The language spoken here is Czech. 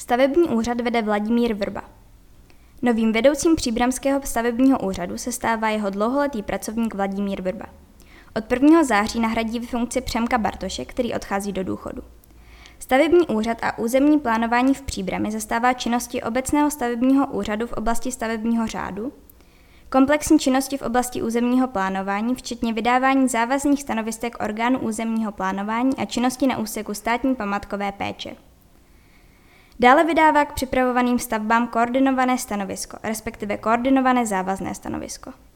Stavební úřad vede Vladimír Vrba. Novým vedoucím příbramského stavebního úřadu se stává jeho dlouholetý pracovník Vladimír Vrba. Od 1. září nahradí ve funkci Přemka Bartoše, který odchází do důchodu. Stavební úřad a územní plánování v Příbrami zastává činnosti obecného stavebního úřadu v oblasti stavebního řádu, komplexní činnosti v oblasti územního plánování, včetně vydávání závazných stanovisek orgánů územního plánování a činnosti na úseku státní památkové péče. Dále vydává k připravovaným stavbám koordinované stanovisko, respektive koordinované závazné stanovisko.